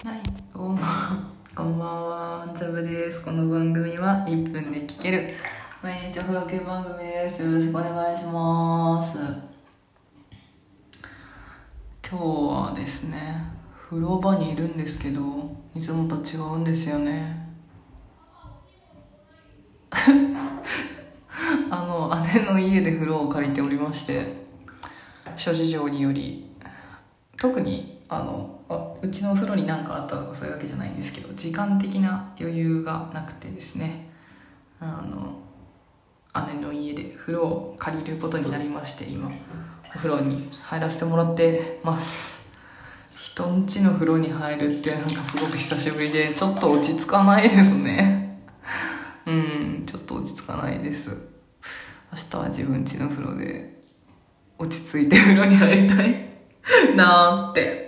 はい、どうもこんばんは、ちゃぶです。この番組は1分で聞ける毎日お風呂系番組です。よろしくお願いします。今日はですね、風呂場にいるんですけど、いつもと違うんですよね。姉の家で風呂を借りておりまして、諸事情により、特にうちのお風呂に何かあったとかそういうわけじゃないんですけど、時間的な余裕がなくてですね、姉の家で風呂を借りることになりまして、今お風呂に入らせてもらってます。人ん家の風呂に入るってなんかすごく久しぶりで、ちょっと落ち着かないですね。ちょっと落ち着かないです。明日は自分家の風呂で落ち着いて風呂に入りたいなーって